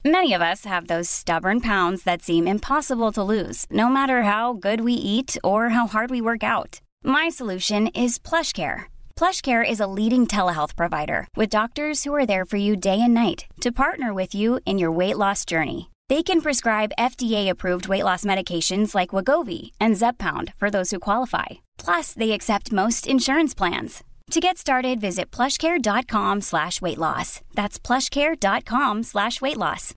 Many of us have those stubborn pounds that seem impossible to lose, no matter how good we eat or how hard we work out. My solution is PlushCare. PlushCare is a leading telehealth provider with doctors who are there for you day and night to partner with you in your weight loss journey. They can prescribe FDA-approved weight loss medications like Wegovy and Zepbound for those who qualify. Plus, they accept most insurance plans. To get started, visit plushcare.com/weightloss. That's plushcare.com/weightloss.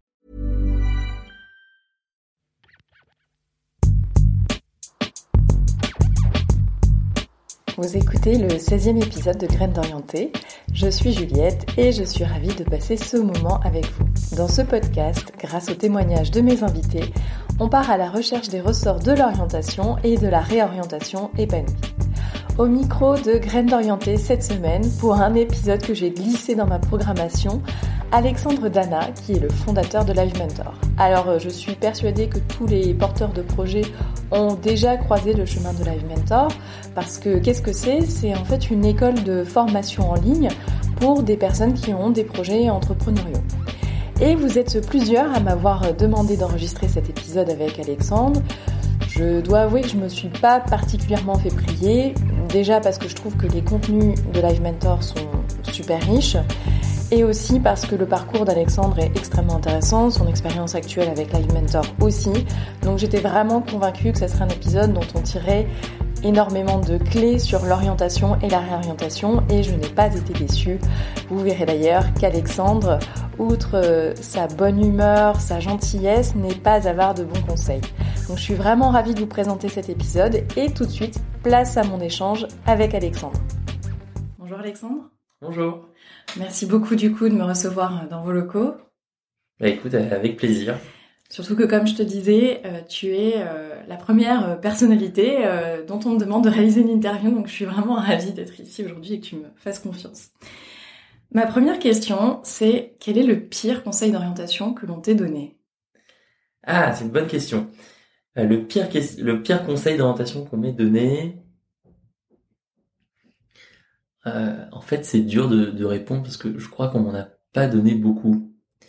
Vous écoutez le 16e épisode de Graines d'Orienté. Je suis Juliette et je suis ravie de passer ce moment avec vous. Dans ce podcast, grâce aux témoignages de mes invités, on part à la recherche des ressorts de l'orientation et de la réorientation épanouie. Au micro de Graines d'Orienté cette semaine, pour un épisode que j'ai glissé dans ma programmation, Alexandre Dana, qui est le fondateur de Live Mentor. Alors, je suis persuadée que tous les porteurs de projets ont déjà croisé le chemin de Live Mentor, parce que qu'est-ce que c'est ? C'est en fait une école de formation en ligne pour des personnes qui ont des projets entrepreneuriaux. Et vous êtes plusieurs à m'avoir demandé d'enregistrer cet épisode avec Alexandre. Je dois avouer que je me suis pas particulièrement fait prier, déjà parce que je trouve que les contenus de Live Mentor sont super riches, et aussi parce que le parcours d'Alexandre est extrêmement intéressant, son expérience actuelle avec Live Mentor aussi, donc j'étais vraiment convaincue que ça serait un épisode dont on tirait énormément de clés sur l'orientation et la réorientation, et je n'ai pas été déçue. Vous verrez d'ailleurs qu'Alexandre, outre sa bonne humeur, sa gentillesse, n'est pas avare de bons conseils. Donc je suis vraiment ravie de vous présenter cet épisode, et tout de suite, place à mon échange avec Alexandre. Bonjour Alexandre. Bonjour. Merci beaucoup du coup de me recevoir dans vos locaux. Bah écoute, avec plaisir. Surtout que comme je te disais, tu es la première personnalité dont on me demande de réaliser une interview, donc je suis vraiment ravie d'être ici aujourd'hui et que tu me fasses confiance. Ma première question, c'est quel est le pire conseil d'orientation que l'on t'ait donné ? Ah, c'est une bonne question. Le pire conseil d'orientation qu'on m'ait donné, en fait, c'est dur de répondre parce que je crois qu'on m'en a pas donné beaucoup.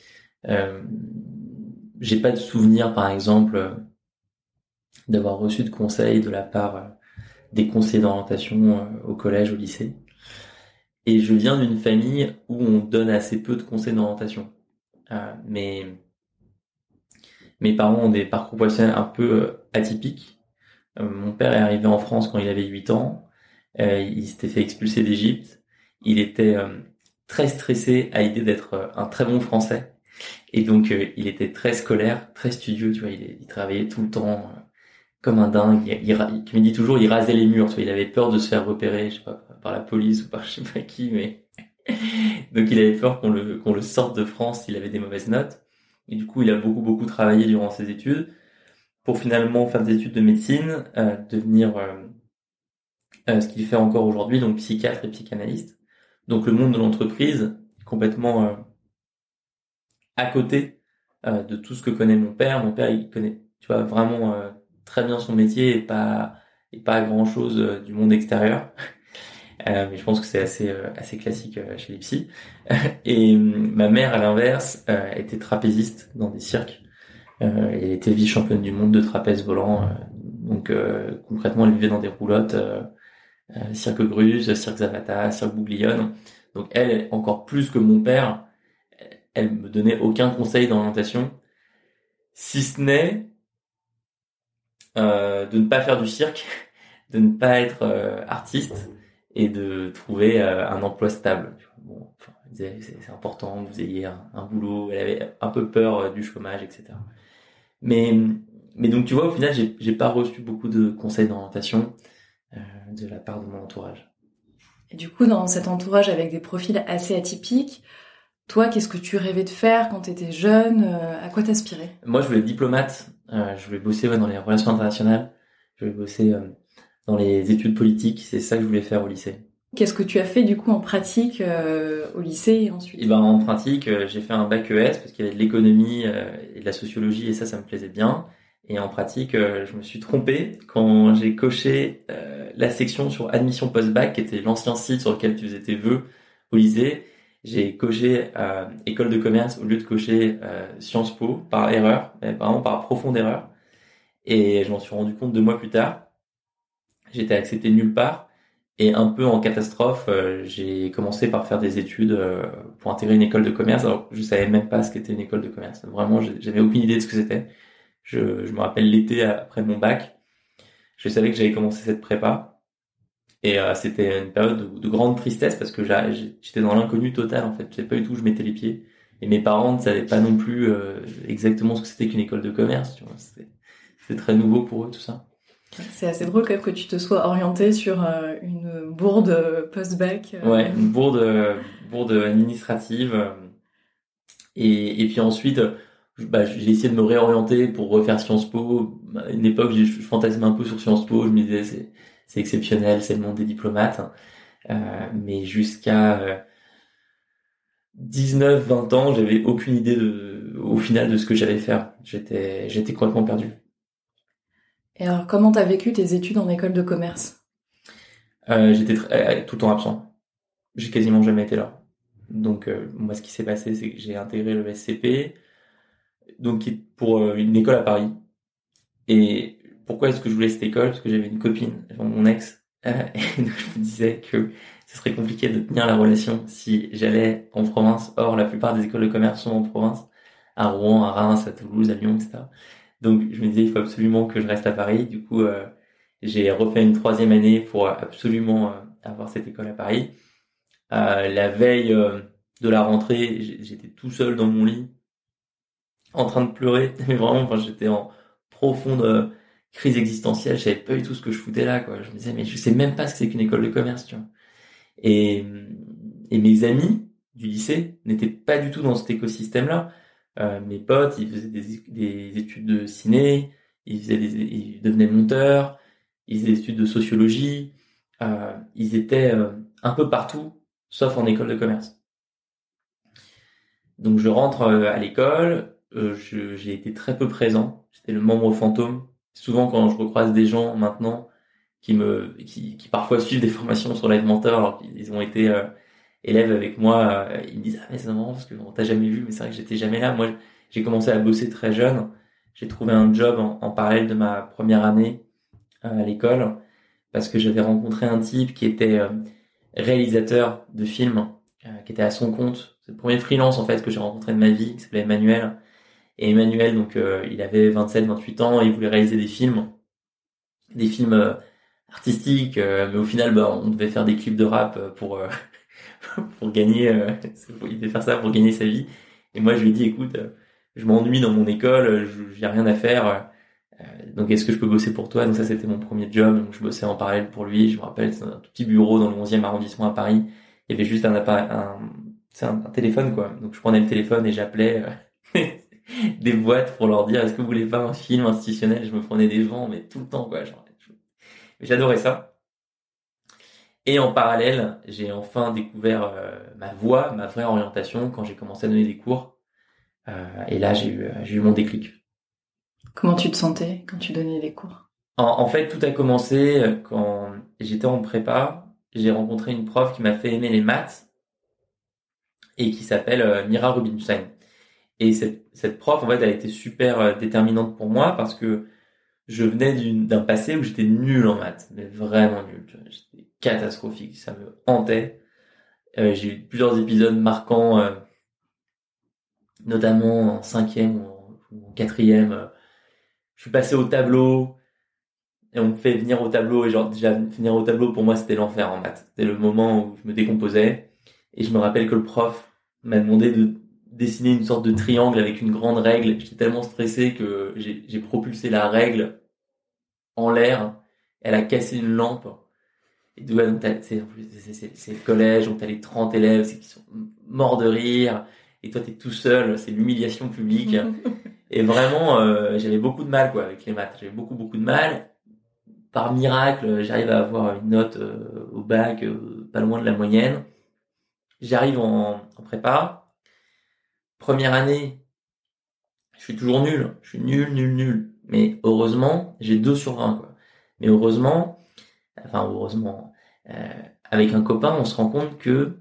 J'ai pas de souvenir, par exemple, d'avoir reçu de conseils de la part des conseillers d'orientation au collège, au lycée. Et je viens d'une famille où on donne assez peu de conseils d'orientation. Mais mes parents ont des parcours professionnels un peu atypiques. Mon père est arrivé en France quand il avait 8 ans. Il s'était fait expulser d'Égypte. Il était très stressé à l'idée d'être un très bon français. Et donc, il était très scolaire, très studieux, tu vois, il travaillait tout le temps comme un dingue. Comme il dit toujours, il rasait les murs, tu vois, il avait peur de se faire repérer, je sais pas, par la police ou par je sais pas qui, mais donc il avait peur qu'on le sorte de France s'il avait des mauvaises notes. Et du coup, il a beaucoup travaillé durant ses études pour finalement faire des études de médecine, devenir ce qu'il fait encore aujourd'hui, donc psychiatre et psychanalyste. Donc le monde de l'entreprise, complètement à côté de tout ce que connaît mon père. Mon père, il connaît, tu vois, vraiment très bien son métier et pas grand chose du monde extérieur. Mais je pense que c'est assez classique chez les psys. Et ma mère, à l'inverse, était trapéziste dans des cirques. Elle était vice-championne du monde de trapèze volant. Donc concrètement, elle vivait dans des roulottes, cirque Gruz, cirque Zapata, cirque Bouglione. Donc elle, encore plus que mon père, elle me donnait aucun conseil d'orientation, si ce n'est de ne pas faire du cirque, de ne pas être artiste et de trouver un emploi stable. Bon, enfin, elle disait, c'est important que vous ayez un boulot. Elle avait un peu peur du chômage, etc. Mais donc tu vois, au final, j'ai pas reçu beaucoup de conseils d'orientation de la part de mon entourage. Et du coup, dans cet entourage avec des profils assez atypiques, toi, qu'est-ce que tu rêvais de faire quand tu étais jeune ? À quoi t'aspirais ? Moi, je voulais être diplomate. Je voulais bosser dans les relations internationales. Je voulais bosser dans les études politiques. C'est ça que je voulais faire au lycée. Qu'est-ce que tu as fait du coup en pratique au lycée et ensuite ? Et en pratique, j'ai fait un bac ES parce qu'il y avait de l'économie et de la sociologie et ça me plaisait bien. Et en pratique, je me suis trompé quand j'ai coché la section sur admission post-bac, qui était l'ancien site sur lequel tu faisais tes vœux au lycée. j'ai coché école de commerce au lieu de cocher Sciences Po par erreur, mais vraiment par profonde erreur. Et je m'en suis rendu compte 2 mois plus tard. J'étais accepté nulle part. Et un peu en catastrophe, j'ai commencé par faire des études pour intégrer une école de commerce. Alors, je savais même pas ce qu'était une école de commerce. Vraiment, j'avais aucune idée de ce que c'était. Je me rappelle l'été après mon bac, je savais que j'allais commencer cette prépa. Et c'était une période de grande tristesse parce que j'étais dans l'inconnu total en fait. Je savais pas du tout où je mettais les pieds. Et mes parents ne savaient pas non plus exactement ce que c'était qu'une école de commerce. Tu vois, c'était très nouveau pour eux tout ça. C'est assez drôle quand même que tu te sois orienté sur une bourde post-bac. Ouais, une bourde administrative. Et puis ensuite, j'ai essayé de me réorienter pour refaire Sciences Po. À une époque, je fantasmais un peu sur Sciences Po. Je me disais, c'est exceptionnel, c'est le monde des diplomates. Mais jusqu'à 19-20 ans, j'avais aucune idée au final de ce que j'allais faire. J'étais complètement perdu. Et alors, comment t'as vécu tes études en école de commerce? J'étais tout le temps absent. J'ai quasiment jamais été là. Donc, moi, ce qui s'est passé, c'est que j'ai intégré le SCP, donc pour une école à Paris. Et pourquoi est-ce que je voulais cette école? Parce que j'avais une copine, mon ex, et donc je me disais que ce serait compliqué de tenir la relation si j'allais en province. Or, la plupart des écoles de commerce sont en province, à Rouen, à Reims, à Toulouse, à Lyon, etc. Donc, je me disais, il faut absolument que je reste à Paris. Du coup, j'ai refait une 3e année pour absolument avoir cette école à Paris. La veille de la rentrée, j'étais tout seul dans mon lit, en train de pleurer. Mais vraiment, enfin, j'étais en profonde crise existentielle. Je savais pas du tout ce que je foutais là, quoi. Je me disais, mais je sais même pas ce que c'est qu'une école de commerce, tu vois. Et mes amis du lycée n'étaient pas du tout dans cet écosystème-là. Mes potes, ils faisaient des études de ciné, ils devenaient monteurs, ils faisaient des études de sociologie, ils étaient un peu partout, sauf en école de commerce. Donc je rentre à l'école, j'ai été très peu présent, j'étais le membre fantôme. Souvent quand je recroise des gens maintenant qui parfois suivent des formations sur Live Mentor alors qu'ils ont été élèves avec moi, ils me disent ah mais c'est marrant parce qu'on t'a jamais vu, mais c'est vrai que j'étais jamais là. Moi j'ai commencé à bosser très jeune, j'ai trouvé un job en parallèle de ma première année à l'école parce que j'avais rencontré un type qui était réalisateur de films, qui était à son compte. C'est le premier freelance en fait que j'ai rencontré de ma vie, qui s'appelait Emmanuel. Et Emmanuel, donc il avait 27-28 ans, et il voulait réaliser des films artistiques, mais au final, on devait faire des clips de rap pour pour gagner. Il devait faire ça pour gagner sa vie. Et moi, je lui ai dit, écoute, je m'ennuie dans mon école, j'ai rien à faire. Donc, est-ce que je peux bosser pour toi? Donc ça, c'était mon premier job. Donc, je bossais en parallèle pour lui. Je me rappelle, c'était un tout petit bureau dans le 11e arrondissement à Paris. Il y avait juste un téléphone, quoi. Donc, je prenais le téléphone et j'appelais des boîtes pour leur dire, est-ce que vous voulez pas un film institutionnel? Je me prenais des vents, mais tout le temps, quoi. Mais j'adorais ça. Et en parallèle, j'ai enfin découvert ma voie, ma vraie orientation quand j'ai commencé à donner des cours. Et là, j'ai eu mon déclic. Comment tu te sentais quand tu donnais des cours? En fait, tout a commencé quand j'étais en prépa. J'ai rencontré une prof qui m'a fait aimer les maths et qui s'appelle Mira Rubinstein. Et cette prof, en fait, elle a été super déterminante pour moi parce que je venais d'un passé où j'étais nul en maths, mais vraiment nul. Tu vois, j'étais catastrophique, ça me hantait. J'ai eu plusieurs épisodes marquants, notamment en 5e ou en 4e. Je suis passé au tableau et on me fait venir au tableau et genre déjà venir au tableau pour moi c'était l'enfer en maths. C'était le moment où je me décomposais et je me rappelle que le prof m'a demandé de dessiner une sorte de triangle avec une grande règle. J'étais tellement stressé que j'ai propulsé la règle en l'air. Elle a cassé une lampe. Et donc c'est le collège, donc t'as les 30 élèves qui sont morts de rire. Et toi, t'es tout seul. C'est l'humiliation publique. Et vraiment, j'avais beaucoup de mal, quoi, avec les maths. J'avais beaucoup de mal. Par miracle, j'arrive à avoir une note au bac, pas loin de la moyenne. J'arrive en prépa. Première année, je suis toujours nul. Je suis nul. Mais heureusement, j'ai 2/20, quoi. Mais heureusement, avec un copain, on se rend compte que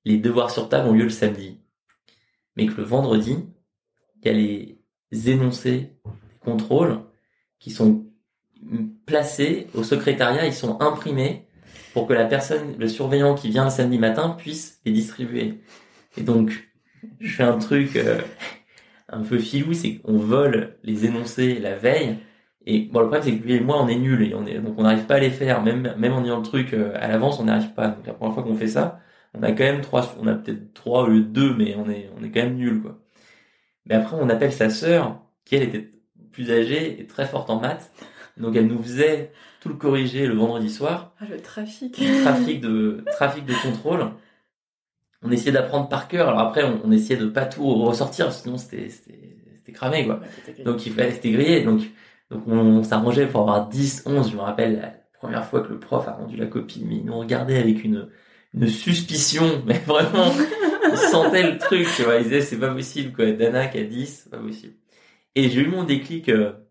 les devoirs sur table ont lieu le samedi. Mais que le vendredi, il y a les énoncés, les contrôles qui sont placés au secrétariat, ils sont imprimés pour que la personne, le surveillant qui vient le samedi matin puisse les distribuer. Et donc, je fais un truc un peu filou, c'est qu'on vole les énoncés la veille. Et bon, le problème, c'est que lui et moi, on est nuls et donc on n'arrive pas à les faire, même en ayant le truc à l'avance, on n'y arrive pas. Donc la première fois qu'on fait ça, on a quand même on a peut-être 3 au lieu de 2, mais on est quand même nuls, quoi. Mais après, on appelle sa sœur, qui elle était plus âgée et très forte en maths. Donc elle nous faisait tout le corriger le vendredi soir. Ah, le trafic. Trafic de contrôle. On essayait d'apprendre par cœur. Alors après, on essayait de pas tout ressortir, sinon c'était cramé, quoi. Ouais, Donc c'était grillé. Donc on s'arrangeait pour avoir 10, 11. Je me rappelle la première fois que le prof a rendu la copie, mais il nous regardait avec une suspicion, mais vraiment, il sentait le truc, tu vois. Il disait, c'est pas possible, quoi. Dana qui a 10, c'est pas possible. Et j'ai eu mon déclic,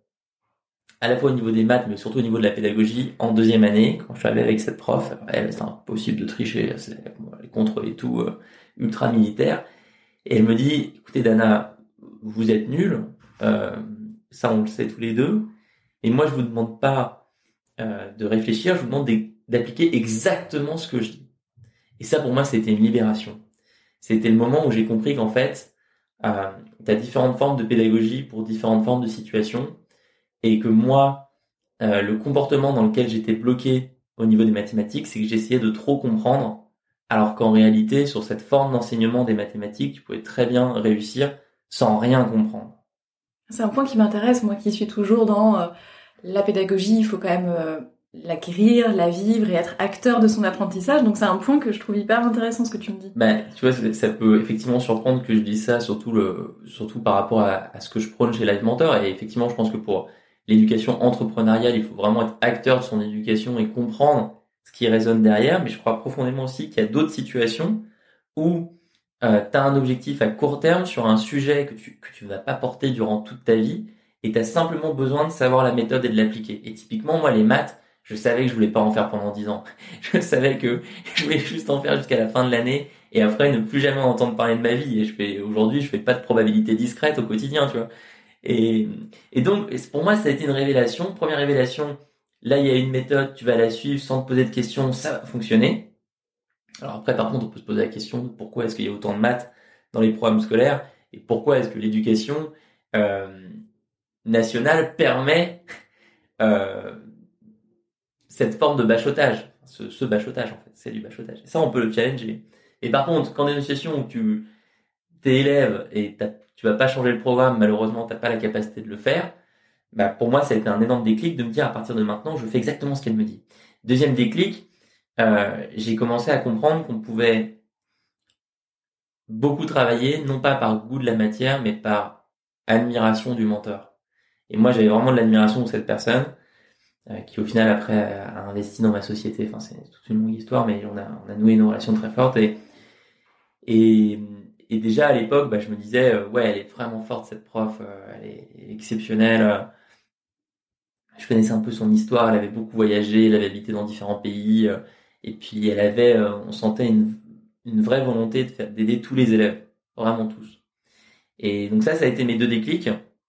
à la fois au niveau des maths, mais surtout au niveau de la pédagogie, en deuxième année, quand je suis arrivé avec cette prof. Elle, c'est impossible de tricher, les contrôles et tout, ultra militaire. Et elle me dit, écoutez, Dana, vous êtes nuls, ça on le sait tous les deux, et moi je vous demande pas de réfléchir, je vous demande d'appliquer exactement ce que je dis. Et ça pour moi c'était une libération. C'était le moment où j'ai compris qu'en fait, t'as différentes formes de pédagogie pour différentes formes de situations, et que moi, le comportement dans lequel j'étais bloqué au niveau des mathématiques, c'est que j'essayais de trop comprendre, alors qu'en réalité, sur cette forme d'enseignement des mathématiques, tu pouvais très bien réussir sans rien comprendre. C'est un point qui m'intéresse, moi qui suis toujours dans la pédagogie, il faut quand même l'acquérir, la vivre et être acteur de son apprentissage. Donc c'est un point que je trouve hyper intéressant ce que tu me dis. Tu vois, ça peut effectivement surprendre que je dise ça, surtout par rapport à ce que je prône chez Live Mentor. Et effectivement, je pense que pour l'éducation entrepreneuriale, il faut vraiment être acteur de son éducation et comprendre ce qui résonne derrière. Mais je crois profondément aussi qu'il y a d'autres situations où t'as un objectif à court terme sur un sujet que tu vas pas porter durant toute ta vie, et t'as simplement besoin de savoir la méthode et de l'appliquer. Et typiquement, moi, les maths, je savais que je voulais pas en faire pendant 10 ans. Je savais que je voulais juste en faire jusqu'à la fin de l'année, et après ne plus jamais entendre parler de ma vie. Et aujourd'hui, je fais pas de probabilité discrète au quotidien, tu vois. Et donc, pour moi, ça a été une révélation. Première révélation, là, il y a une méthode, tu vas la suivre sans te poser de questions, ça va fonctionner. Alors après, par contre, on peut se poser la question de pourquoi est-ce qu'il y a autant de maths dans les programmes scolaires, et pourquoi est-ce que l'éducation nationale permet cette forme de bachotage. Ce bachotage, en fait, c'est du bachotage. Et ça, on peut le challenger. Et par contre, quand dans une situation où t'es élève et tu vas pas changer le programme, malheureusement, t'as pas la capacité de le faire, pour moi, ça a été un énorme déclic de me dire, à partir de maintenant, je fais exactement ce qu'elle me dit. Deuxième déclic, j'ai commencé à comprendre qu'on pouvait beaucoup travailler, non pas par goût de la matière, mais par admiration du mentor. Et moi, j'avais vraiment de l'admiration pour cette personne, qui au final après a investi dans ma société. Enfin, c'est toute une longue histoire, mais on a noué une relation très forte. Et déjà à l'époque, je me disais, ouais, elle est vraiment forte cette prof, elle est exceptionnelle. Je connaissais un peu son histoire, elle avait beaucoup voyagé, elle avait habité dans différents pays, et puis elle avait, on sentait une vraie volonté d'aider tous les élèves, vraiment tous. Et donc ça a été mes deux déclics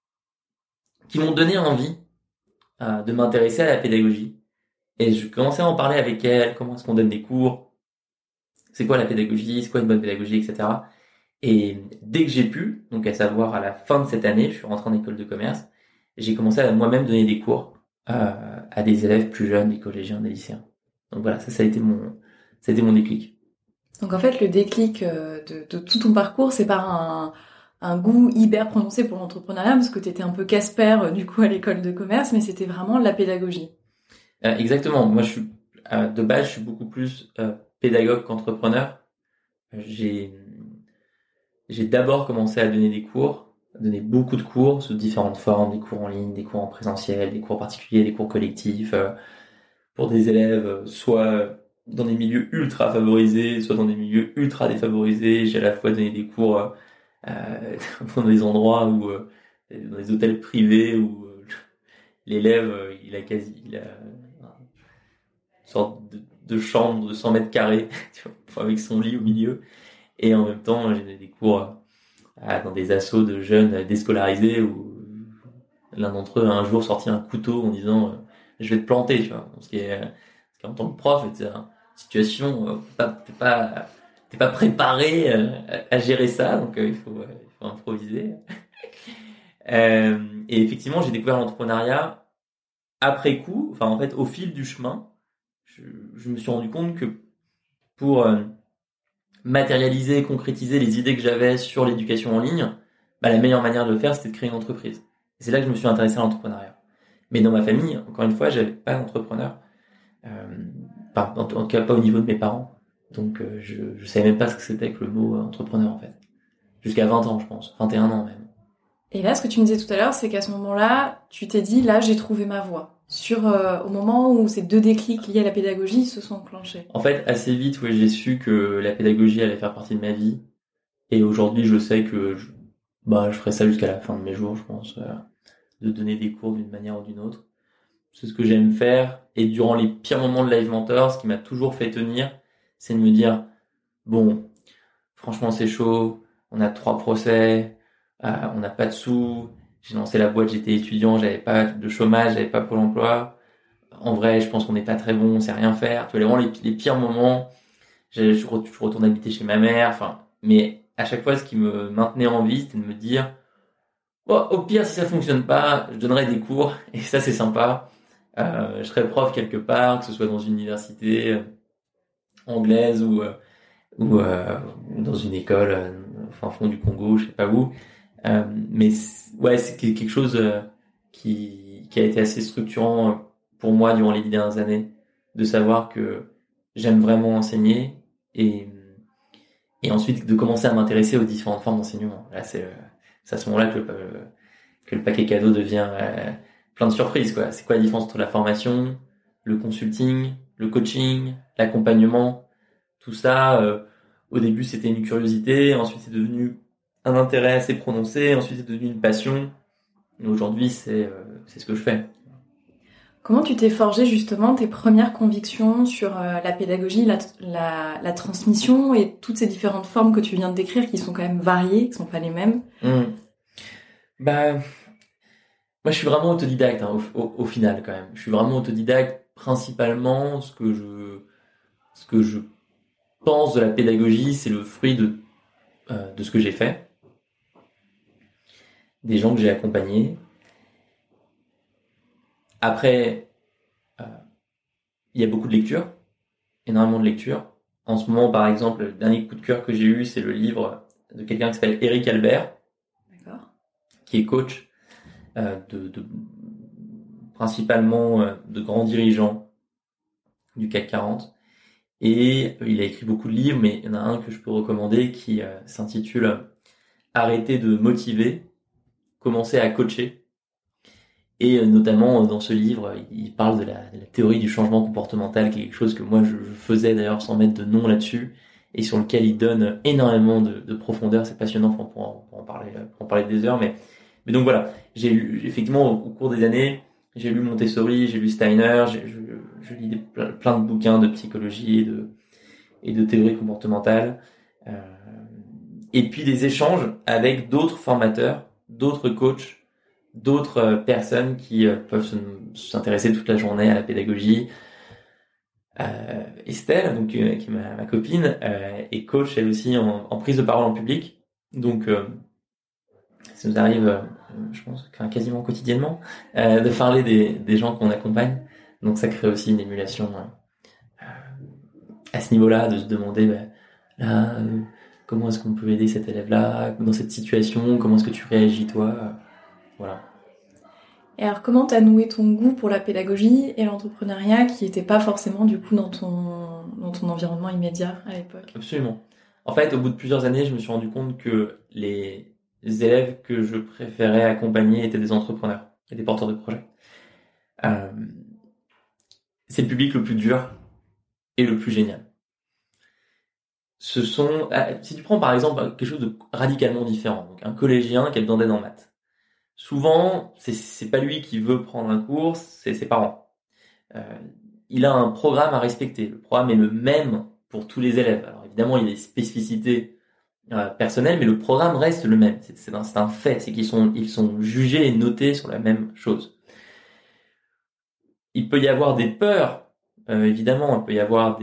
qui m'ont donné envie de m'intéresser à la pédagogie. Et je commençais à en parler avec elle, comment est-ce qu'on donne des cours, c'est quoi la pédagogie, c'est quoi une bonne pédagogie, etc. Et dès que j'ai pu, donc à savoir à la fin de cette année, je suis rentré en école de commerce, j'ai commencé à moi-même donner des cours à des élèves plus jeunes, des collégiens, des lycéens. Donc voilà, ça a été mon déclic. Donc en fait, le déclic de tout ton parcours, c'est par un goût hyper prononcé pour l'entrepreneuriat, parce que t'étais un peu Casper du coup à l'école de commerce, mais c'était vraiment la pédagogie. Exactement. Moi, de base, je suis beaucoup plus pédagogue qu'entrepreneur. J'ai d'abord commencé à donner des cours, à donner beaucoup de cours sous différentes formes, des cours en ligne, des cours en présentiel, des cours particuliers, des cours collectifs, pour des élèves soit dans des milieux ultra favorisés, soit dans des milieux ultra défavorisés. J'ai à la fois donné des cours dans des endroits où, dans des hôtels privés où l'élève, il a une sorte de chambre de 100 mètres carrés, tu vois, avec son lit au milieu. Et en même temps, j'ai des cours dans des assos de jeunes déscolarisés où l'un d'entre eux a un jour sorti un couteau en disant je vais te planter, tu vois. Ce qui est en tant que prof, c'est une situation t'es pas préparé à gérer ça, donc il faut improviser. Et effectivement, j'ai découvert l'entrepreneuriat après coup, enfin en fait au fil du chemin. Je me suis rendu compte que pour matérialiser, concrétiser les idées que j'avais sur l'éducation en ligne, la meilleure manière de le faire, c'était de créer une entreprise. Et c'est là que je me suis intéressé à l'entrepreneuriat. Mais dans ma famille, encore une fois, j'avais pas d'entrepreneur. En tout cas, pas au niveau de mes parents. Donc, je savais même pas ce que c'était que le mot entrepreneur, en fait. Jusqu'à 20 ans, je pense. 21 ans, même. Et là, ce que tu me disais tout à l'heure, c'est qu'à ce moment-là, tu t'es dit, là, j'ai trouvé ma voie. Au moment où ces 2 déclics liés à la pédagogie se sont enclenchés. En fait, assez vite, j'ai su que la pédagogie allait faire partie de ma vie. Et aujourd'hui, je sais que je ferai ça jusqu'à la fin de mes jours, je pense. De donner des cours d'une manière ou d'une autre. C'est ce que j'aime faire. Et durant les pires moments de Live Mentor, ce qui m'a toujours fait tenir, c'est de me dire, bon, franchement, c'est chaud. On a 3 procès. On n'a pas de sous. J'ai lancé la boîte, j'étais étudiant, j'avais pas de chômage, j'avais pas Pôle emploi. En vrai, je pense qu'on n'est pas très bon, on sait rien faire. Tu vois, vraiment les pires moments. Je retourne habiter chez ma mère. Mais à chaque fois, ce qui me maintenait en vie, c'était de me dire, au pire, si ça fonctionne pas, je donnerai des cours. Et ça, c'est sympa. Je serai prof quelque part, que ce soit dans une université anglaise ou dans une école fin fond du Congo, je sais pas où. Mais c'est quelque chose qui a été assez structurant pour moi durant les 10 dernières années, de savoir que j'aime vraiment enseigner et ensuite de commencer à m'intéresser aux différentes formes d'enseignement. Là, c'est à ce moment-là que le paquet cadeau devient plein de surprises, quoi. C'est quoi la différence entre la formation, le consulting, le coaching, l'accompagnement, tout ça. Au début, c'était une curiosité, ensuite c'est devenu un intérêt assez prononcé, ensuite c'est devenu une passion. Et aujourd'hui, c'est ce que je fais. Comment tu t'es forgé justement tes premières convictions sur la pédagogie, la transmission et toutes ces différentes formes que tu viens de décrire qui sont quand même variées, qui sont pas les mêmes? Moi, je suis vraiment autodidacte au final quand même. Je suis vraiment autodidacte. Principalement, ce que je pense de la pédagogie, c'est le fruit de ce que j'ai fait, des gens que j'ai accompagnés. Après, il y a beaucoup de lectures, énormément de lectures. En ce moment, par exemple, le dernier coup de cœur que j'ai eu, c'est le livre de quelqu'un qui s'appelle Eric Albert, qui est coach principalement de grands dirigeants du CAC 40. Et il a écrit beaucoup de livres, mais il y en a un que je peux recommander qui s'intitule « Arrêter de motiver, commencer à coacher ». Et notamment dans ce livre, il parle de la théorie du changement comportemental, qui est quelque chose que moi je faisais d'ailleurs sans mettre de nom là-dessus, et sur lequel il donne énormément de profondeur. C'est passionnant, pour en parler des heures, mais donc voilà, j'ai lu effectivement au cours des années, j'ai lu Montessori, j'ai lu Steiner, je lis plein de bouquins de psychologie et de théorie comportementale, et puis des échanges avec d'autres formateurs, d'autres coachs, d'autres personnes qui peuvent s'intéresser toute la journée à la pédagogie. Estelle, donc qui est ma copine, est coach elle aussi en prise de parole en public, donc ça nous arrive, je pense, quasiment quotidiennement, de parler des gens qu'on accompagne. Donc ça crée aussi une émulation à ce niveau-là, de se demander comment est-ce qu'on peut aider cet élève-là dans cette situation, comment est-ce que tu réagis toi, voilà. Et alors comment t'as noué ton goût pour la pédagogie et l'entrepreneuriat qui n'était pas forcément du coup dans ton environnement immédiat à l'époque? Absolument. En fait, au bout de plusieurs années, je me suis rendu compte que les élèves que je préférais accompagner étaient des entrepreneurs et des porteurs de projets. C'est le public le plus dur et le plus génial. Si tu prends par exemple quelque chose de radicalement différent, donc un collégien qui a besoin d'aide en maths. Souvent, c'est pas lui qui veut prendre un cours, c'est ses parents. Il a un programme à respecter. Le programme est le même pour tous les élèves. Alors évidemment, il y a des spécificités personnel, mais le programme reste le même. C'est un fait, c'est qu'ils sont jugés et notés sur la même chose. Il peut y avoir des peurs, évidemment, il peut y avoir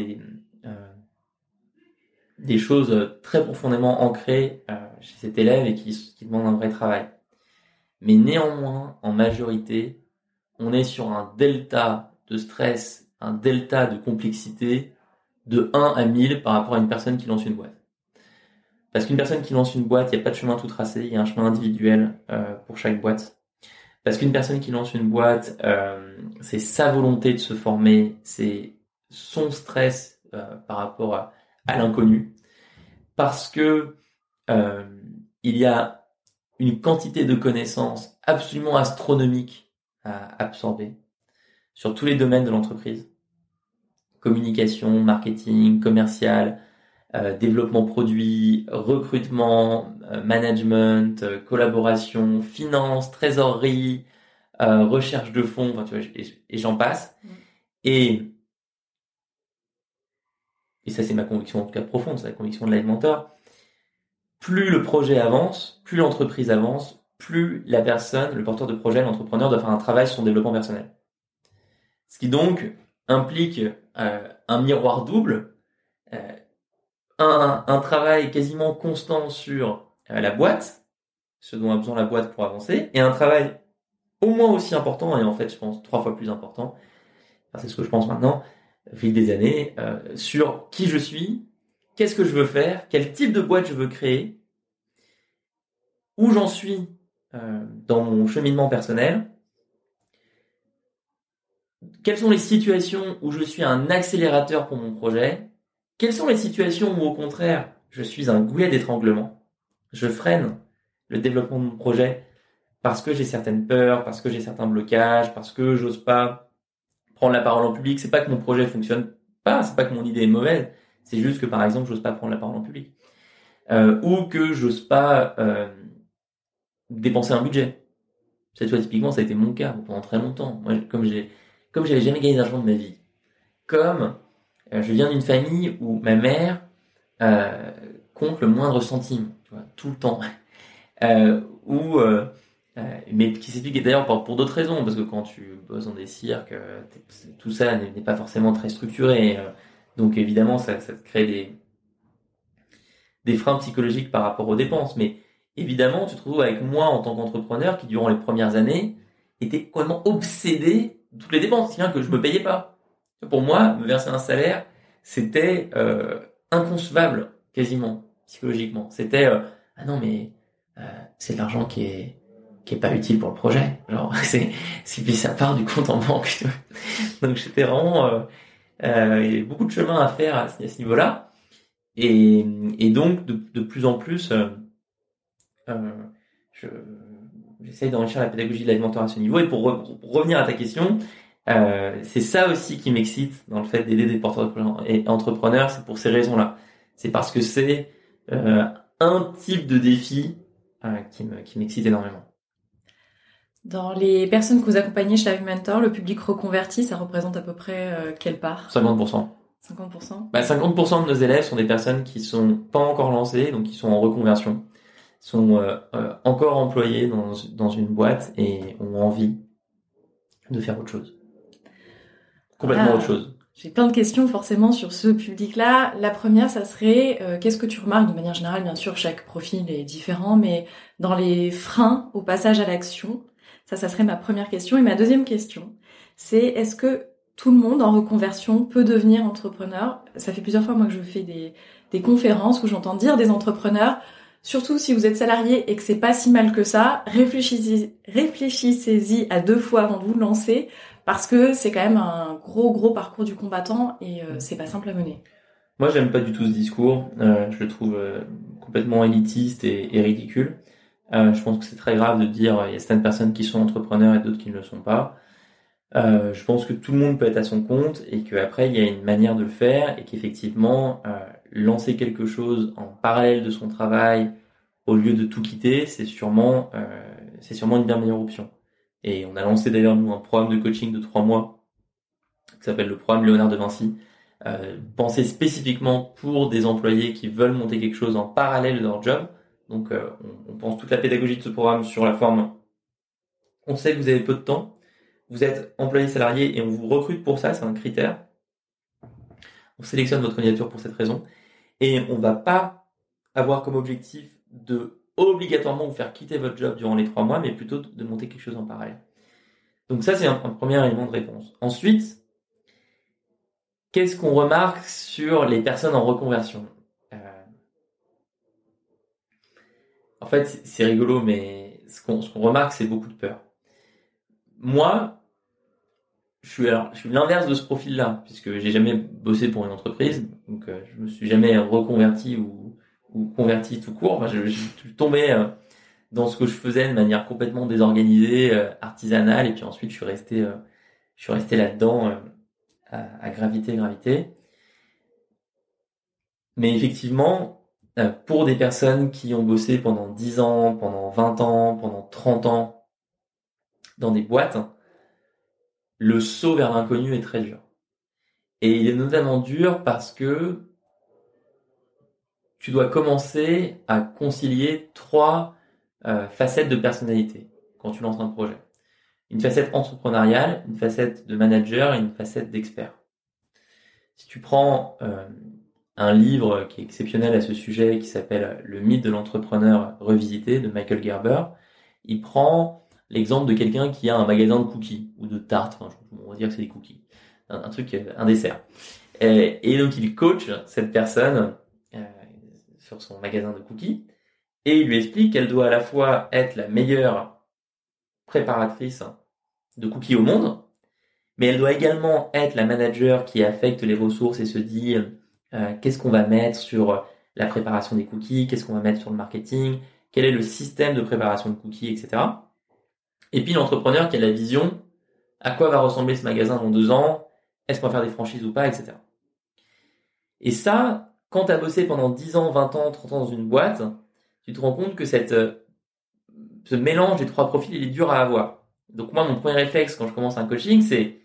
des choses très profondément ancrées chez cet élève et qui demandent un vrai travail. Mais néanmoins, en majorité, on est sur un delta de stress, un delta de complexité de 1 à 1000 par rapport à une personne qui lance une boîte. Parce qu'une personne qui lance une boîte, il n'y a pas de chemin tout tracé, il y a un chemin individuel pour chaque boîte. Parce qu'une personne qui lance une boîte, c'est sa volonté de se former, c'est son stress par rapport à l'inconnu. Parce que il y a une quantité de connaissances absolument astronomique à absorber sur tous les domaines de l'entreprise. Communication, marketing, commercial, développement produit, recrutement, management, collaboration, finance, trésorerie, recherche de fonds, enfin, tu vois, et j'en passe. Et ça, c'est ma conviction en tout cas profonde, c'est la conviction de Live Mentor. Plus le projet avance, plus l'entreprise avance, plus la personne, le porteur de projet, l'entrepreneur doit faire un travail sur son développement personnel. Ce qui donc implique un miroir double, un travail quasiment constant sur la boîte, ce dont a besoin la boîte pour avancer, et un travail au moins aussi important, et en fait je pense 3 fois plus important, enfin, c'est ce que je pense maintenant, au fil des années, sur qui je suis, qu'est-ce que je veux faire, quel type de boîte je veux créer, où j'en suis dans mon cheminement personnel, quelles sont les situations où je suis un accélérateur pour mon projet, quelles sont les situations où au contraire je suis un goulet d'étranglement, je freine le développement de mon projet parce que j'ai certaines peurs, parce que j'ai certains blocages, parce que j'ose pas prendre la parole en public. C'est pas que mon projet fonctionne pas, c'est pas que mon idée est mauvaise, c'est juste que par exemple j'ose pas prendre la parole en public, ou que j'ose pas dépenser un budget. Cette fois typiquement ça a été mon cas pendant très longtemps. Moi comme j'avais jamais gagné d'argent de ma vie, comme je viens d'une famille où ma mère compte le moindre centime, tu vois, tout le temps, mais qui s'explique d'ailleurs pour d'autres raisons, parce que quand tu bosses dans des cirques, tout ça n'est pas forcément très structuré, donc évidemment ça te crée des freins psychologiques par rapport aux dépenses, mais évidemment tu te retrouves avec moi en tant qu'entrepreneur qui durant les premières années était complètement obsédé de toutes les dépenses, si bien que je me payais pas. Pour moi, me verser un salaire, c'était inconcevable quasiment psychologiquement. C'était ah non mais c'est de l'argent qui est pas utile pour le projet. Genre c'est puis ça part du compte en banque. Tu vois. Donc j'étais vraiment il y avait beaucoup de chemin à faire à ce niveau-là. Et donc de plus en plus j'essaye d'enrichir la pédagogie de Live Mentor à ce niveau. Et pour revenir à ta question, c'est ça aussi qui m'excite dans le fait d'aider des porteurs de projets et entrepreneurs. C'est pour ces raisons-là. C'est parce que c'est un type de défi qui m'excite énormément. Dans les personnes que vous accompagnez chez Live Mentor, le public reconverti, ça représente à peu près quelle part ? 50%. 50% ? 50% de nos élèves sont des personnes qui sont pas encore lancées, donc qui sont en reconversion, sont encore employés dans une boîte et ont envie de faire autre chose. Complètement autre chose. J'ai plein de questions forcément sur ce public-là. La première, ça serait, qu'est-ce que tu remarques de manière générale, bien sûr, chaque profil est différent, mais dans les freins au passage à l'action, ça serait ma première question. Et ma deuxième question, c'est est-ce que tout le monde en reconversion peut devenir entrepreneur ? Ça fait plusieurs fois, moi, que je fais des conférences où j'entends dire des entrepreneurs, surtout si vous êtes salarié et que c'est pas si mal que ça, réfléchissez-y à 2 fois avant de vous lancer, parce que c'est quand même un gros parcours du combattant et c'est pas simple à mener. Moi, j'aime pas du tout ce discours. Je le trouve complètement élitiste et ridicule. Je pense que c'est très grave de dire il y a certaines personnes qui sont entrepreneurs et d'autres qui ne le sont pas. Je pense que tout le monde peut être à son compte et qu'après il y a une manière de le faire et qu'effectivement lancer quelque chose en parallèle de son travail au lieu de tout quitter, c'est sûrement une bien meilleure option. Et on a lancé d'ailleurs nous un programme de coaching de 3 mois qui s'appelle le programme Léonard de Vinci pensé spécifiquement pour des employés qui veulent monter quelque chose en parallèle de leur job. Donc on pense toute la pédagogie de ce programme sur la forme. On sait que vous avez peu de temps, vous êtes employé salarié et on vous recrute pour ça, c'est un critère. On sélectionne votre candidature pour cette raison et on va pas avoir comme objectif de obligatoirement vous faire quitter votre job durant les 3 mois, mais plutôt de monter quelque chose en parallèle. Donc ça, c'est un premier élément de réponse. Ensuite, qu'est-ce qu'on remarque sur les personnes en reconversion ? En fait, c'est rigolo, mais ce qu'on remarque, c'est beaucoup de peur. Moi, je suis l'inverse de ce profil-là, puisque j'ai jamais bossé pour une entreprise, donc je me suis jamais reconverti ou converti tout court. Enfin, je suis tombé dans ce que je faisais de manière complètement désorganisée, artisanale, et puis ensuite je suis resté là-dedans à graviter. Mais effectivement, pour des personnes qui ont bossé pendant 10 ans, pendant 20 ans, pendant 30 ans dans des boîtes, le saut vers l'inconnu est très dur. Et il est notamment dur parce que tu dois commencer à concilier 3 facettes de personnalité quand tu lances un projet. Une facette entrepreneuriale, une facette de manager et une facette d'expert. Si tu prends un livre qui est exceptionnel à ce sujet, qui s'appelle Le mythe de l'entrepreneur revisité de Michael Gerber, il prend l'exemple de quelqu'un qui a un magasin de cookies ou de tartes, enfin, on va dire que c'est des cookies, un truc, un dessert. Et donc il coach cette personne sur son magasin de cookies et il lui explique qu'elle doit à la fois être la meilleure préparatrice de cookies au monde, mais elle doit également être la manager qui affecte les ressources et se dit qu'est-ce qu'on va mettre sur la préparation des cookies, qu'est-ce qu'on va mettre sur le marketing, quel est le système de préparation de cookies, etc. Et puis l'entrepreneur qui a la vision, à quoi va ressembler ce magasin dans 2 ans, est-ce qu'on va faire des franchises ou pas, etc. Et ça, quand tu as bossé pendant 10 ans, 20 ans, 30 ans dans une boîte, tu te rends compte que ce mélange des 3 profils, il est dur à avoir. Donc moi, mon premier réflexe quand je commence un coaching, c'est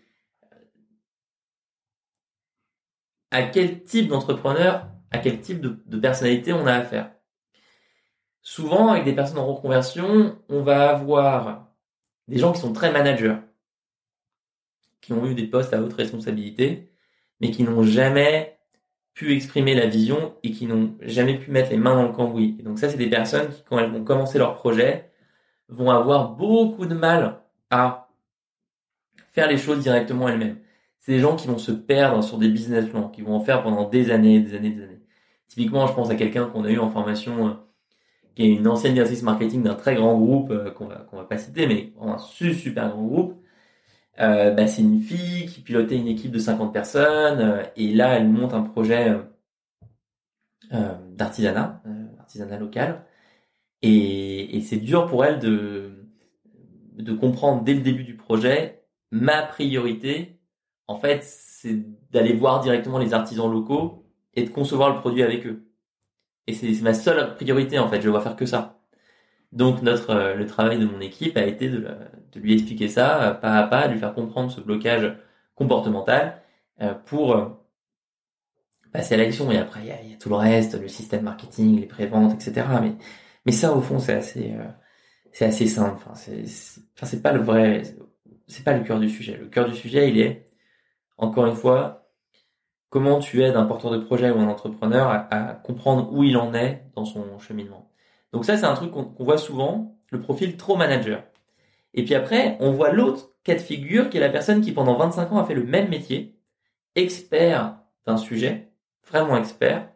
à quel type d'entrepreneur, à quel type de personnalité on a affaire. Souvent, avec des personnes en reconversion, on va avoir des gens qui sont très managers, qui ont eu des postes à haute responsabilité, mais qui n'ont jamais pu exprimer la vision et qui n'ont jamais pu mettre les mains dans le cambouis. Et donc ça, c'est des personnes qui, quand elles vont commencer leur projet, vont avoir beaucoup de mal à faire les choses directement elles-mêmes. C'est des gens qui vont se perdre sur des business plans, qui vont en faire pendant des années. Typiquement, je pense à quelqu'un qu'on a eu en formation, qui est une ancienne directrice marketing d'un très grand groupe, qu'on va pas citer, mais un super grand groupe. C'est une fille qui pilotait une équipe de 50 personnes, et là, elle monte un projet d'artisanat local. Et c'est dur pour elle de comprendre dès le début du projet, ma priorité, en fait, c'est d'aller voir directement les artisans locaux et de concevoir le produit avec eux. Et c'est ma seule priorité, en fait, je dois faire que ça. Donc le travail de mon équipe a été de lui expliquer ça, pas à pas, de lui faire comprendre ce blocage comportemental pour passer à l'action. Et après, il y a tout le reste, le système marketing, les préventes, etc. Mais ça, au fond, c'est assez simple. C'est pas le cœur du sujet. Le cœur du sujet, il est, encore une fois, comment tu aides un porteur de projet ou un entrepreneur à comprendre où il en est dans son cheminement. Donc ça, c'est un truc qu'on voit souvent, le profil trop manager. Et puis après, on voit l'autre cas de figure qui est la personne qui pendant 25 ans a fait le même métier, expert d'un sujet, vraiment expert,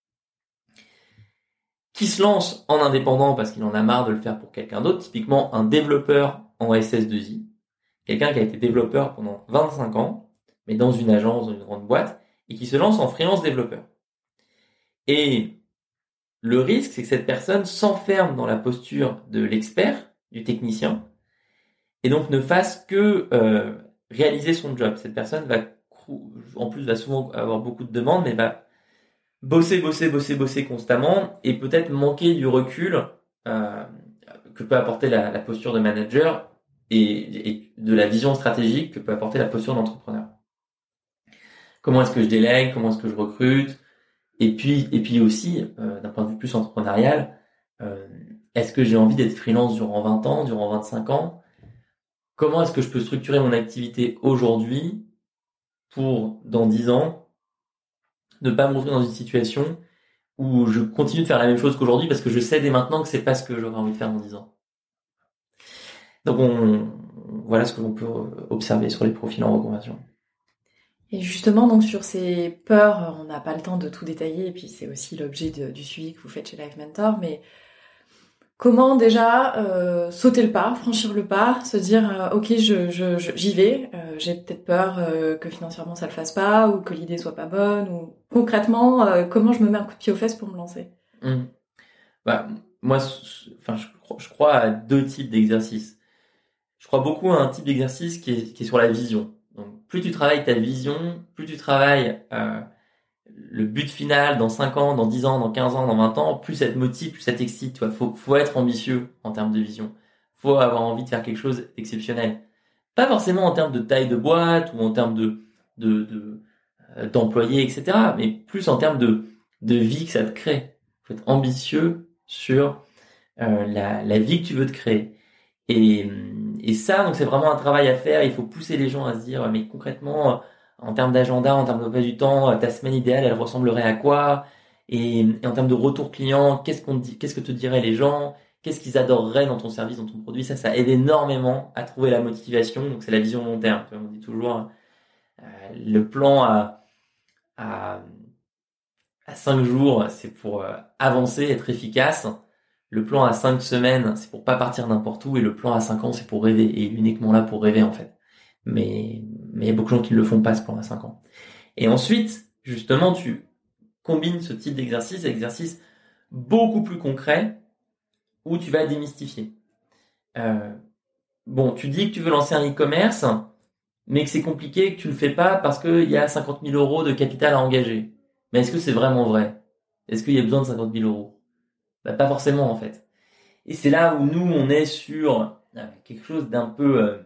qui se lance en indépendant parce qu'il en a marre de le faire pour quelqu'un d'autre, typiquement un développeur en SS2I, quelqu'un qui a été développeur pendant 25 ans, mais dans une agence, dans une grande boîte, et qui se lance en freelance développeur. Et le risque, c'est que cette personne s'enferme dans la posture de l'expert, du technicien, et donc ne fasse que réaliser son job. Cette personne va souvent avoir beaucoup de demandes, mais va bosser constamment, et peut-être manquer du recul que peut apporter la posture de manager et de la vision stratégique que peut apporter la posture d'entrepreneur. Comment est-ce que je délègue, comment est-ce que je recrute, et puis aussi, d'un point de vue plus entrepreneurial, est-ce que j'ai envie d'être freelance durant 20 ans, durant 25 ans? Comment est-ce que je peux structurer mon activité aujourd'hui pour, dans 10 ans, ne pas me retrouver dans une situation où je continue de faire la même chose qu'aujourd'hui parce que je sais dès maintenant que c'est pas ce que j'aurais envie de faire dans 10 ans. Donc voilà ce que l'on peut observer sur les profils en reconversion. Et justement, donc sur ces peurs, on n'a pas le temps de tout détailler, et puis c'est aussi l'objet du suivi que vous faites chez Life Mentor, mais comment déjà sauter le pas, franchir le pas, se dire ok, j'y vais, j'ai peut-être peur que financièrement ça le fasse pas, ou que l'idée soit pas bonne, ou concrètement, comment je me mets un coup de pied aux fesses pour me lancer? Moi, je crois à 2 types d'exercices. Je crois beaucoup à un type d'exercice qui est sur la vision. Donc, plus tu travailles ta vision, plus tu travailles le but final dans 5 ans, dans 10 ans, dans 15 ans, dans 20 ans, plus ça te motive, plus ça t'excite. Tu vois, faut être ambitieux en termes de vision. Faut avoir envie de faire quelque chose d'exceptionnel. Pas forcément en termes de taille de boîte ou en termes d'employés, etc. Mais plus en termes de vie que ça te crée. Faut être ambitieux sur la vie que tu veux te créer. Et ça, donc c'est vraiment un travail à faire. Il faut pousser les gens à se dire, mais concrètement, en termes d'agenda, en termes d'emploi du temps, ta semaine idéale, elle ressemblerait à quoi? Et en termes de retour client, qu'est-ce que te diraient les gens? Qu'est-ce qu'ils adoreraient dans ton service, dans ton produit? Ça aide énormément à trouver la motivation. Donc c'est la vision long terme. On dit toujours, le plan à 5 jours, c'est pour avancer, être efficace. Le plan à 5 semaines, c'est pour pas partir n'importe où, et le plan à 5 ans, c'est pour rêver, et il est uniquement là pour rêver, en fait. Mais il y a beaucoup de gens qui ne le font pas, ce plan à 5 ans. Et ensuite, justement, tu combines ce type d'exercice beaucoup plus concret, où tu vas démystifier. Tu dis que tu veux lancer un e-commerce, mais que c'est compliqué, que tu le fais pas parce qu'il y a 50 000 euros de capital à engager. Mais est-ce que c'est vraiment vrai? Est-ce qu'il y a besoin de 50 000 euros? Pas forcément, en fait. Et c'est là où nous, on est sur quelque chose d'un peu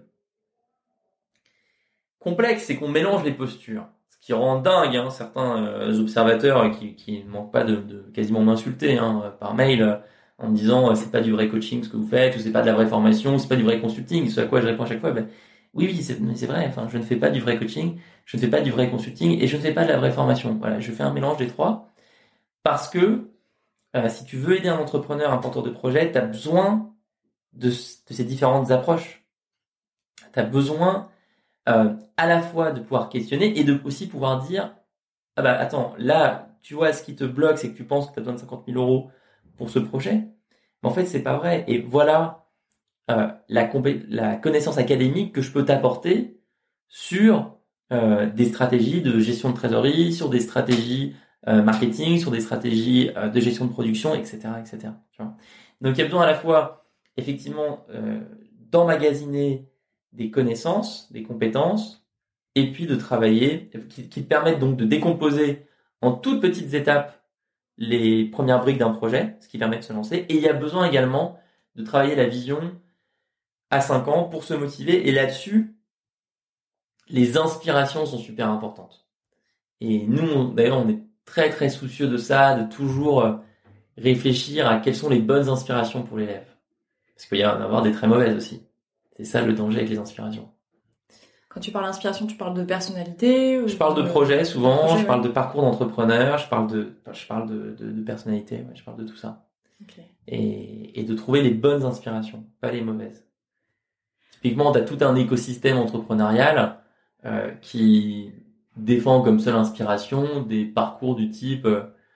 complexe, c'est qu'on mélange les postures. Ce qui rend dingue certains observateurs qui ne manquent pas de quasiment m'insulter par mail en me disant c'est pas du vrai coaching ce que vous faites, ou c'est pas de la vraie formation, ou c'est pas du vrai consulting. Ce à quoi je réponds à chaque fois, oui, c'est vrai. Enfin, je ne fais pas du vrai coaching, je ne fais pas du vrai consulting, et je ne fais pas de la vraie formation. Voilà, je fais un mélange des trois parce que si tu veux aider un entrepreneur, un porteur de projet, tu as besoin de ces différentes approches. Tu as besoin à la fois de pouvoir questionner et de aussi pouvoir dire attends, là, tu vois, ce qui te bloque, c'est que tu penses que tu as besoin de 50 000 euros pour ce projet. Mais en fait, c'est pas vrai. Et voilà la connaissance académique que je peux t'apporter sur des stratégies de gestion de trésorerie, sur des stratégies marketing, sur des stratégies de gestion de production, etc., etc. Tu vois. Donc il y a besoin à la fois effectivement d'emmagasiner des connaissances, des compétences, et puis de travailler, qui te permettent donc de décomposer en toutes petites étapes les premières briques d'un projet, ce qui permet de se lancer. Et il y a besoin également de travailler la vision à 5 ans pour se motiver. Et là-dessus, les inspirations sont super importantes. Et nous, d'ailleurs, on est très très soucieux de ça, de toujours réfléchir à quelles sont les bonnes inspirations pour l'élève. Parce qu'il y en a avoir des très mauvaises aussi. C'est ça le danger avec les inspirations. Quand tu parles d'inspiration, tu parles de personnalité ou Je parle de projet souvent, je parle de parcours d'entrepreneur, je parle de personnalité, je parle de tout ça. Okay. Et de trouver les bonnes inspirations, pas les mauvaises. Typiquement, tu as tout un écosystème entrepreneurial qui défend comme seule inspiration des parcours du type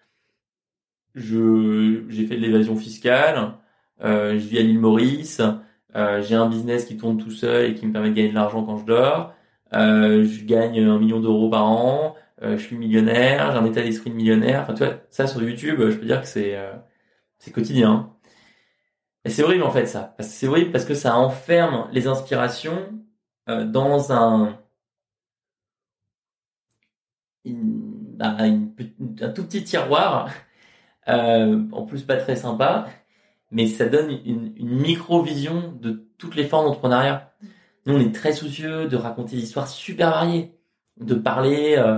j'ai fait de l'évasion fiscale, je vis à l'île Maurice, j'ai un business qui tourne tout seul et qui me permet de gagner de l'argent quand je dors, je gagne 1 million d'euros par an, je suis millionnaire, j'ai un état d'esprit de millionnaire. Enfin, tu vois, ça sur YouTube, je peux dire que c'est quotidien. Et c'est horrible en fait ça. C'est horrible parce que ça enferme les inspirations dans un tout petit tiroir, en plus pas très sympa, mais ça donne une micro-vision de toutes les formes d'entrepreneuriat. Nous, on est très soucieux de raconter des histoires super variées, de parler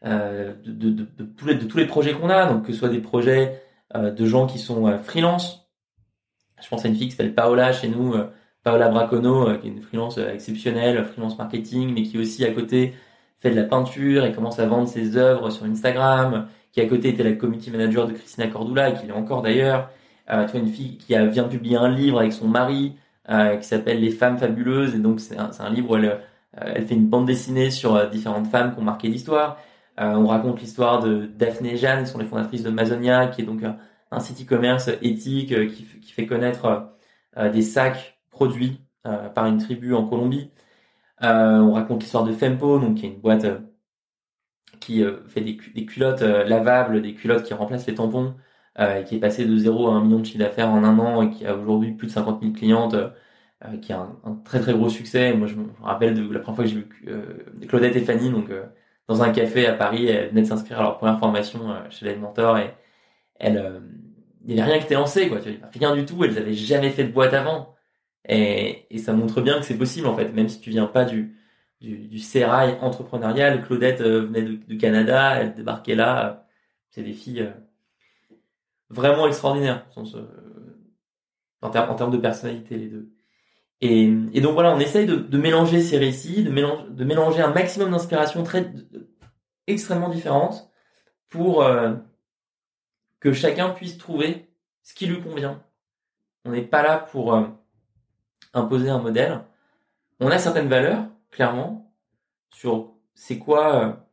de tous les projets qu'on a, donc que ce soit des projets de gens qui sont freelance. Je pense à une fille qui s'appelle Paola chez nous, Paola Bracono, qui est une freelance exceptionnelle, freelance marketing, mais qui aussi à côté fait de la peinture et commence à vendre ses œuvres sur Instagram, qui à côté était la community manager de Christina Cordula et qui l'est encore d'ailleurs. Tu vois, une fille qui vient de publier un livre avec son mari qui s'appelle Les femmes fabuleuses, et donc c'est un livre où elle fait une bande dessinée sur différentes femmes qui ont marqué l'histoire. On raconte l'histoire de Daphné et Jeanne, qui sont les fondatrices de Mazonia, qui est donc un site e-commerce éthique qui fait connaître des sacs produits par une tribu en Colombie. On raconte l'histoire de Fempo, donc qui est une boîte qui fait des culottes lavables, des culottes qui remplacent les tampons, qui est passé de 0 à 1 million de chiffre d'affaires en un an et qui a aujourd'hui plus de 50 000 clientes, qui a un très très gros succès. Moi je me rappelle de la première fois que j'ai vu Claudette et Fanny donc dans un café à Paris, elles venaient de s'inscrire à leur première formation chez Live Mentor et elles il n'y avait rien qui était lancé, quoi, tu vois, rien du tout, elles avaient jamais fait de boîte avant. Et ça montre bien que c'est possible, en fait, même si tu viens pas du sérail entrepreneurial. Claudette venait de Canada, elle débarquait là. C'est des filles vraiment extraordinaires, en termes de personnalité, les deux. Et donc voilà, on essaye de mélanger ces récits, de mélanger un maximum d'inspirations extrêmement différentes pour que chacun puisse trouver ce qui lui convient. On n'est pas là pour imposer un modèle. On a certaines valeurs, clairement, sur c'est quoi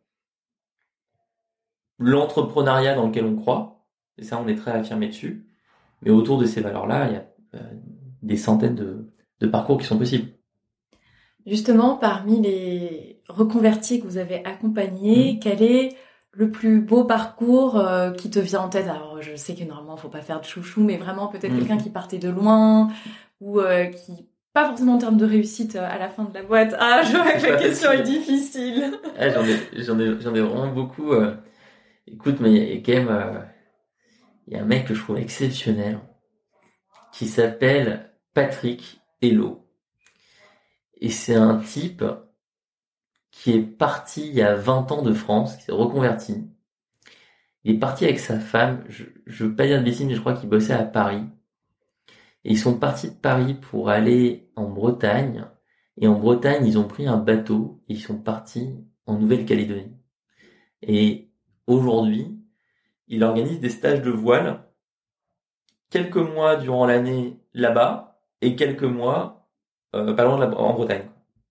l'entrepreneuriat dans lequel on croit. Et ça, on est très affirmé dessus. Mais autour de ces valeurs-là, il y a des centaines de parcours qui sont possibles. Justement, parmi les reconvertis que vous avez accompagnés, quel est le plus beau parcours qui te vient en tête? Alors, je sais que normalement, faut pas faire de chouchou, mais vraiment peut-être quelqu'un qui partait de loin ou qui, pas forcément en termes de réussite à la fin de la boîte. Ah, je vois que la question est difficile. J'en ai vraiment beaucoup. Écoute, mais il y a quand même, il y a un mec que je trouve exceptionnel qui s'appelle Patrick Hello. Et c'est un type qui est parti il y a 20 ans de France, qui s'est reconverti. Il est parti avec sa femme, je veux pas dire de bêtises, mais je crois qu'il bossait à Paris. Et ils sont partis de Paris pour aller en Bretagne. Et en Bretagne, ils ont pris un bateau et ils sont partis en Nouvelle-Calédonie. Et aujourd'hui, il organise des stages de voile quelques mois durant l'année là-bas et quelques mois pas loin en Bretagne.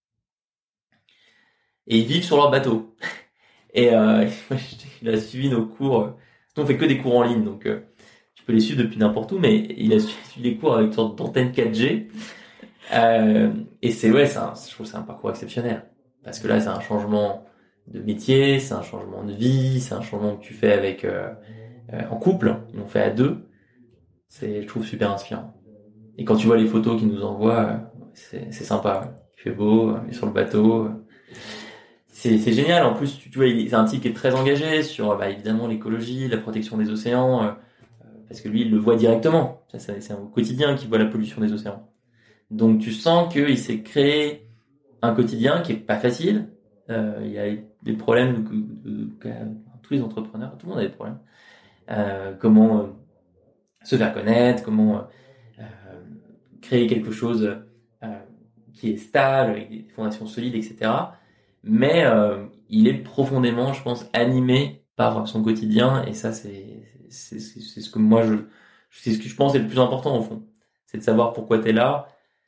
Et ils vivent sur leur bateau. Et il a suivi nos cours. On fait que des cours en ligne, donc tu peux les suivre depuis n'importe où, mais il a suivi les cours avec une sorte d'antenne 4G. Et je trouve que c'est un parcours exceptionnel. Parce que là, c'est un changement de métier, c'est un changement de vie, c'est un changement que tu fais avec en couple. Ils l'ont fait à deux. Je trouve super inspirant. Et quand tu vois les photos qu'ils nous envoient, c'est sympa. Il fait beau, il est sur le bateau. C'est génial. En plus, tu vois, c'est un type qui est très engagé sur, évidemment, l'écologie, la protection des océans, parce que lui, il le voit directement. C'est au quotidien qu'il voit la pollution des océans. Donc, tu sens qu'il s'est créé un quotidien qui est pas facile. Il y a des problèmes tous les entrepreneurs, tout le monde a des problèmes. Comment se faire connaître, comment créer quelque chose qui est stable, avec des fondations solides, etc. Mais il est profondément, je pense, animé par son quotidien, et ça, c'est ce que moi c'est ce que je pense est le plus important au fond, c'est de savoir pourquoi t'es là,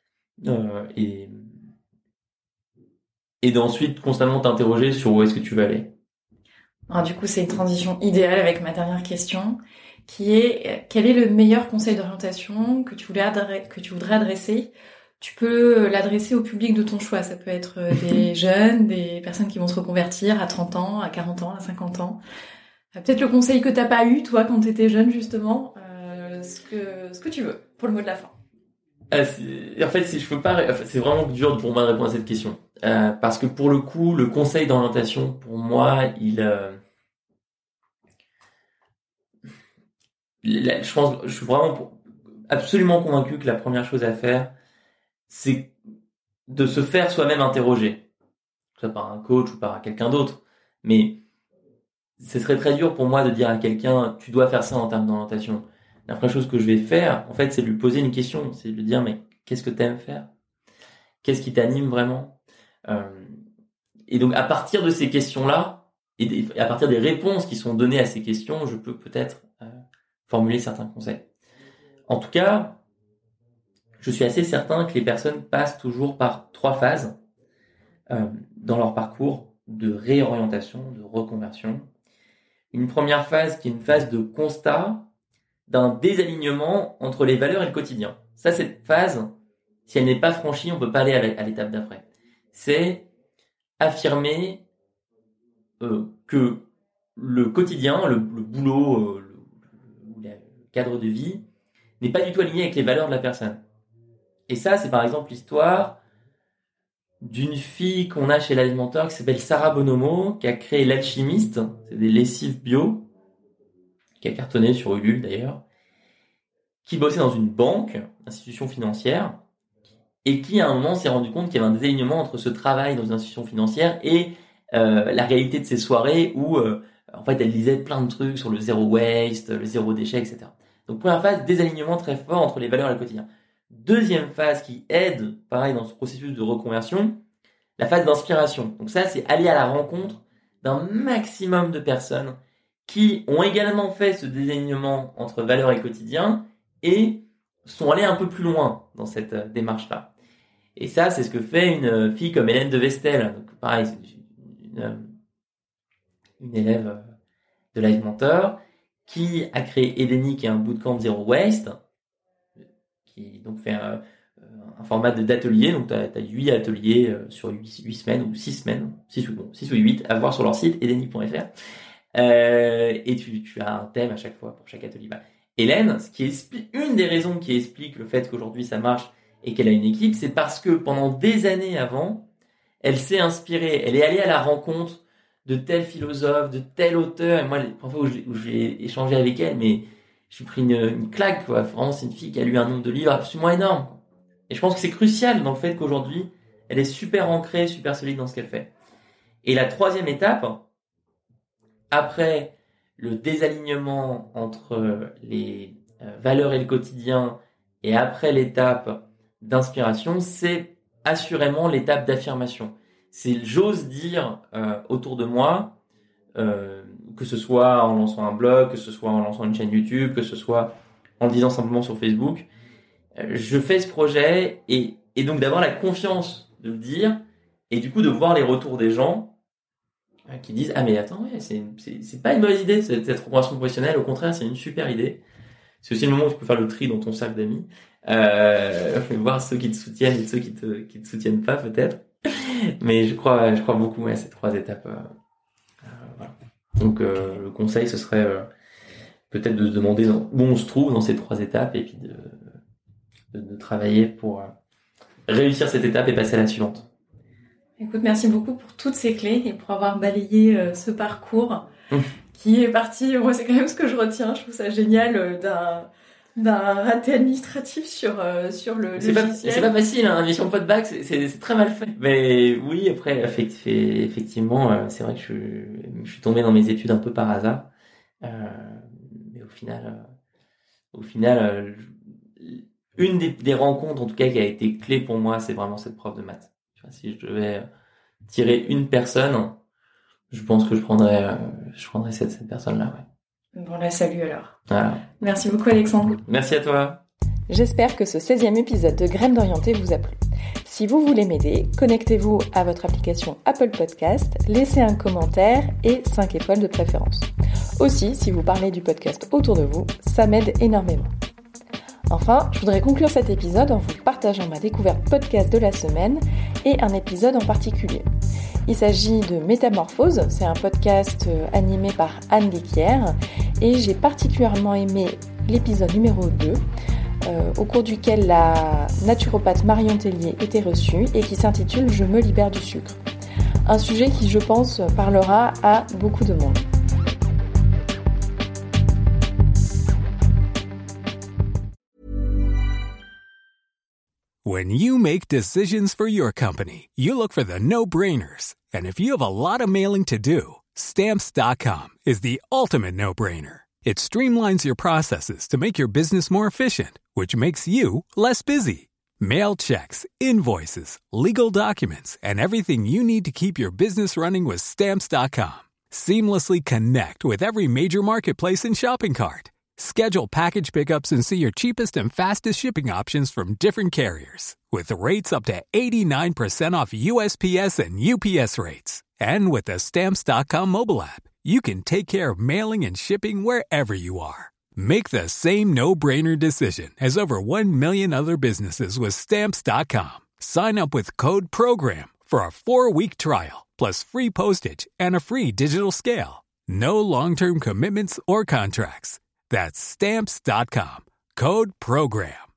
et d'ensuite constamment t'interroger sur où est-ce que tu veux aller. Alors, du coup, c'est une transition idéale avec ma dernière question, qui est quel est le meilleur conseil d'orientation que tu voudrais adresser? Tu peux l'adresser au public de ton choix. Ça peut être des jeunes, des personnes qui vont se reconvertir à 30 ans, à 40 ans, à 50 ans. Peut-être le conseil que t'as pas eu, toi, quand t'étais jeune, justement. Ce que tu veux, pour le mot de la fin. En fait, si je peux pas, c'est vraiment dur pour moi de répondre à cette question. Parce que pour le coup, le conseil d'orientation, pour moi, je suis vraiment absolument convaincu que la première chose à faire, c'est de se faire soi-même interroger, que ce soit par un coach ou par quelqu'un d'autre. Mais ce serait très dur pour moi de dire à quelqu'un tu dois faire ça en termes d'orientation. La première chose que je vais faire, en fait, c'est de lui poser une question, c'est de lui dire mais qu'est-ce que tu aimes faire ? Qu'est-ce qui t'anime vraiment ? Et donc à partir de ces questions-là et à partir des réponses qui sont données à ces questions, je peux peut-être formuler certains conseils. En tout cas, je suis assez certain que les personnes passent toujours par 3 phases dans leur parcours de réorientation, de reconversion. Une première phase qui est une phase de constat d'un désalignement entre les valeurs et le quotidien. Ça, cette phase, si elle n'est pas franchie, on ne peut pas aller à l'étape d'après. C'est affirmer que le quotidien, le boulot, le cadre de vie n'est pas du tout aligné avec les valeurs de la personne. Et ça, c'est par exemple l'histoire d'une fille qu'on a chez Live Mentor qui s'appelle Sarah Bonomo, qui a créé l'Alchimiste, c'est des lessives bio, qui a cartonné sur Ulule d'ailleurs, qui bossait dans une banque, institution financière, et qui à un moment s'est rendu compte qu'il y avait un désalignement entre ce travail dans une institution financière et la réalité de ses soirées où en fait elle lisait plein de trucs sur le zéro waste, le zéro déchet, etc. Donc première phase, désalignement très fort entre les valeurs et le quotidien. Deuxième phase qui aide, pareil dans ce processus de reconversion, la phase d'inspiration. Donc ça, c'est aller à la rencontre d'un maximum de personnes qui ont également fait ce désalignement entre valeurs et quotidien et sont allés un peu plus loin dans cette démarche-là. Et ça, c'est ce que fait une fille comme Hélène de Vestel. Donc pareil, c'est une élève de Live Mentor qui a créé Edeni, qui est un bootcamp Zero Waste, qui donc fait un format d'atelier. Donc tu as 8 ateliers sur 8 semaines ou 6 semaines, 6 ou 8 à voir sur leur site edeni.fr. Et tu as un thème à chaque fois pour chaque atelier. Hélène, une des raisons qui explique le fait qu'aujourd'hui ça marche et qu'elle a une équipe, c'est parce que pendant des années avant, elle s'est inspirée, elle est allée à la rencontre de tel philosophe, de tel auteur. Et moi, les premières fois où j'ai échangé avec elle, mais j'ai pris une claque, quoi. Vraiment, c'est une fille qui a lu un nombre de livres absolument énorme, quoi. Et je pense que c'est crucial dans le fait qu'aujourd'hui, elle est super ancrée, super solide dans ce qu'elle fait. Et la troisième étape, après le désalignement entre les valeurs et le quotidien, et après l'étape d'inspiration, c'est assurément l'étape d'affirmation. C'est j'ose dire autour de moi, que ce soit en lançant un blog, que ce soit en lançant une chaîne YouTube, que ce soit en le disant simplement sur Facebook, je fais ce projet et donc d'avoir la confiance de le dire et du coup de voir les retours des gens qui disent ah mais attends ouais c'est pas une mauvaise idée cette reconversion professionnelle, au contraire c'est une super idée. C'est aussi le moment où tu peux faire le tri dans ton cercle d'amis, voir ceux qui te soutiennent et ceux qui te soutiennent pas peut-être. Mais je crois beaucoup à ces 3 étapes. Voilà. Donc le conseil ce serait peut-être de se demander où on se trouve dans ces 3 étapes et puis de travailler pour réussir cette étape et passer à la suivante. Écoute, merci beaucoup pour toutes ces clés et pour avoir balayé ce parcours qui est parti. Moi, c'est quand même ce que je retiens. Je trouve ça génial d'un raté administratif sur le logiciel. C'est pas facile, hein. Une pas de bac, c'est très mal fait. Mais oui, après, effectivement, c'est vrai que je suis tombé dans mes études un peu par hasard. Mais au final, une des rencontres, en tout cas, qui a été clé pour moi, c'est vraiment cette prof de maths. Si je devais tirer une personne, je pense que je prendrais cette personne-là, ouais. Bon, la salue alors. Voilà. Merci beaucoup Alexandre. Merci à toi. J'espère que ce 16e épisode de Graines d'Orienté vous a plu. Si vous voulez m'aider, connectez-vous à votre application Apple Podcast, laissez un commentaire et 5 étoiles de préférence. Aussi, si vous parlez du podcast autour de vous, ça m'aide énormément. Enfin, je voudrais conclure cet épisode en vous partageant ma découverte podcast de la semaine et un épisode en particulier. Il s'agit de Métamorphose, c'est un podcast animé par Anne Guéquière et j'ai particulièrement aimé l'épisode numéro 2 au cours duquel la naturopathe Marion Tellier était reçue et qui s'intitule « Je me libère du sucre ». Un sujet qui, je pense, parlera à beaucoup de monde. When you make decisions for your company, you look for the no-brainers. And if you have a lot of mailing to do, Stamps.com is the ultimate no-brainer. It streamlines your processes to make your business more efficient, which makes you less busy. Mail checks, invoices, legal documents, and everything you need to keep your business running with Stamps.com. Seamlessly connect with every major marketplace and shopping cart. Schedule package pickups and see your cheapest and fastest shipping options from different carriers, with rates up to 89% off USPS and UPS rates. And with the Stamps.com mobile app, you can take care of mailing and shipping wherever you are. Make the same no-brainer decision as over 1 million other businesses with Stamps.com. Sign up with code PROGRAM for a 4-week trial, plus free postage and a free digital scale. No long-term commitments or contracts. That's Stamps.com. Code PROGRAM.